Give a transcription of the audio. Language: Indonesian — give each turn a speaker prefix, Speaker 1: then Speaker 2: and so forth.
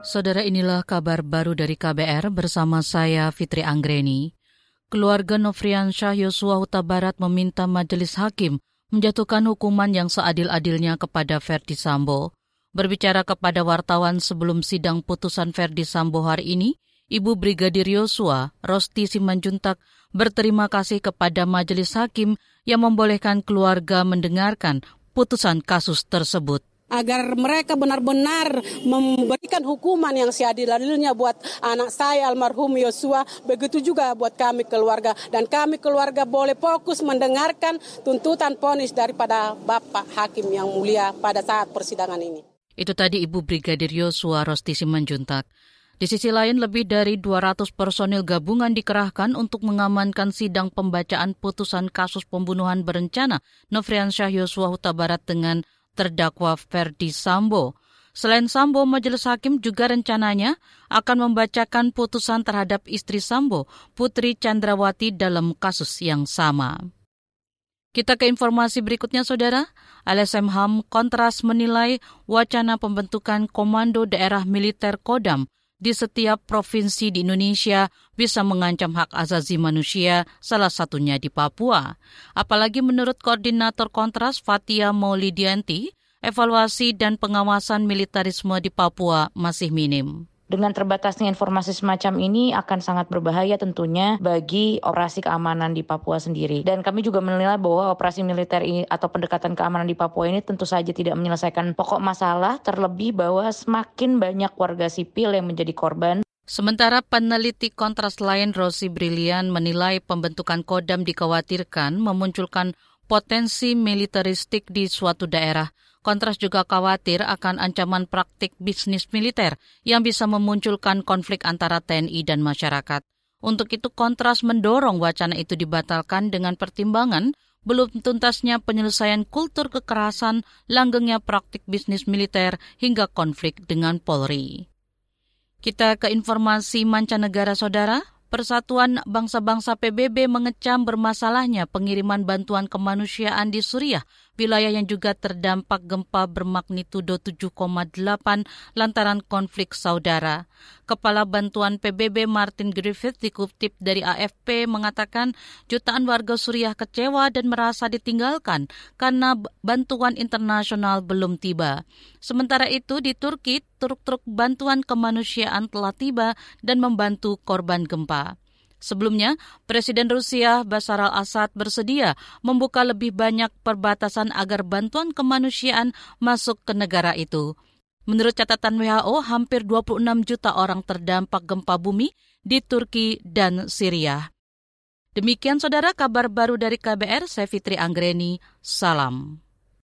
Speaker 1: Saudara, inilah kabar baru dari KBR bersama saya Fitri Anggreni. Keluarga Nofriansyah Yosua Huta Barat meminta majelis hakim menjatuhkan hukuman yang seadil-adilnya kepada Ferdy Sambo. Berbicara kepada wartawan sebelum sidang putusan Ferdy Sambo hari ini, Ibu Brigadir Yosua, Rosti Simanjuntak, berterima kasih kepada majelis hakim yang membolehkan keluarga mendengarkan putusan kasus tersebut.
Speaker 2: Agar mereka benar-benar memberikan hukuman yang seadil-adilnya buat anak saya almarhum Yosua, begitu juga buat kami keluarga. Dan kami keluarga boleh fokus mendengarkan tuntutan vonis daripada Bapak Hakim yang mulia pada saat persidangan ini.
Speaker 1: Itu tadi Ibu Brigadir Yosua Rosti Simanjuntak. Di sisi lain, lebih dari 200 personil gabungan dikerahkan untuk mengamankan sidang pembacaan putusan kasus pembunuhan berencana Nofriansyah Yosua Huta Barat dengan terdakwa Ferdy Sambo. Selain Sambo, majelis hakim juga rencananya akan membacakan putusan terhadap istri Sambo, Putri Chandrawati, dalam kasus yang sama. Kita ke informasi berikutnya, Saudara. LSM HAM Kontras menilai wacana pembentukan Komando Daerah Militer Kodam di setiap provinsi di Indonesia bisa mengancam hak asasi manusia, salah satunya di Papua. Apalagi menurut Koordinator Kontras Fatia Maulidianti, evaluasi dan pengawasan militerisme di Papua masih minim.
Speaker 3: Dengan terbatasnya informasi semacam ini akan sangat berbahaya tentunya bagi operasi keamanan di Papua sendiri. Dan kami juga menilai bahwa operasi militer ini atau pendekatan keamanan di Papua ini tentu saja tidak menyelesaikan pokok masalah, terlebih bahwa semakin banyak warga sipil yang menjadi korban.
Speaker 1: Sementara peneliti Kontras lain, Rosi Brilian, menilai pembentukan Kodam dikhawatirkan memunculkan potensi militeristik di suatu daerah. Kontras juga khawatir akan ancaman praktik bisnis militer yang bisa memunculkan konflik antara TNI dan masyarakat. Untuk itu, Kontras mendorong wacana itu dibatalkan dengan pertimbangan belum tuntasnya penyelesaian kultur kekerasan, langgengnya praktik bisnis militer, hingga konflik dengan Polri. Kita ke informasi mancanegara, Saudara. Persatuan Bangsa-Bangsa PBB mengecam bermasalahnya pengiriman bantuan kemanusiaan di Suriah, wilayah yang juga terdampak gempa bermagnitudo 7,8 lantaran konflik saudara. Kepala Bantuan PBB Martin Griffiths dikutip dari AFP mengatakan jutaan warga Suriah kecewa dan merasa ditinggalkan karena bantuan internasional belum tiba. Sementara itu di Turki, truk-truk bantuan kemanusiaan telah tiba dan membantu korban gempa. Sebelumnya, Presiden Rusia Bashar al-Assad bersedia membuka lebih banyak perbatasan agar bantuan kemanusiaan masuk ke negara itu. Menurut catatan WHO, hampir 26 juta orang terdampak gempa bumi di Turki dan Syria. Demikian, Saudara, kabar baru dari KBR, saya Fitri Anggreni. Salam.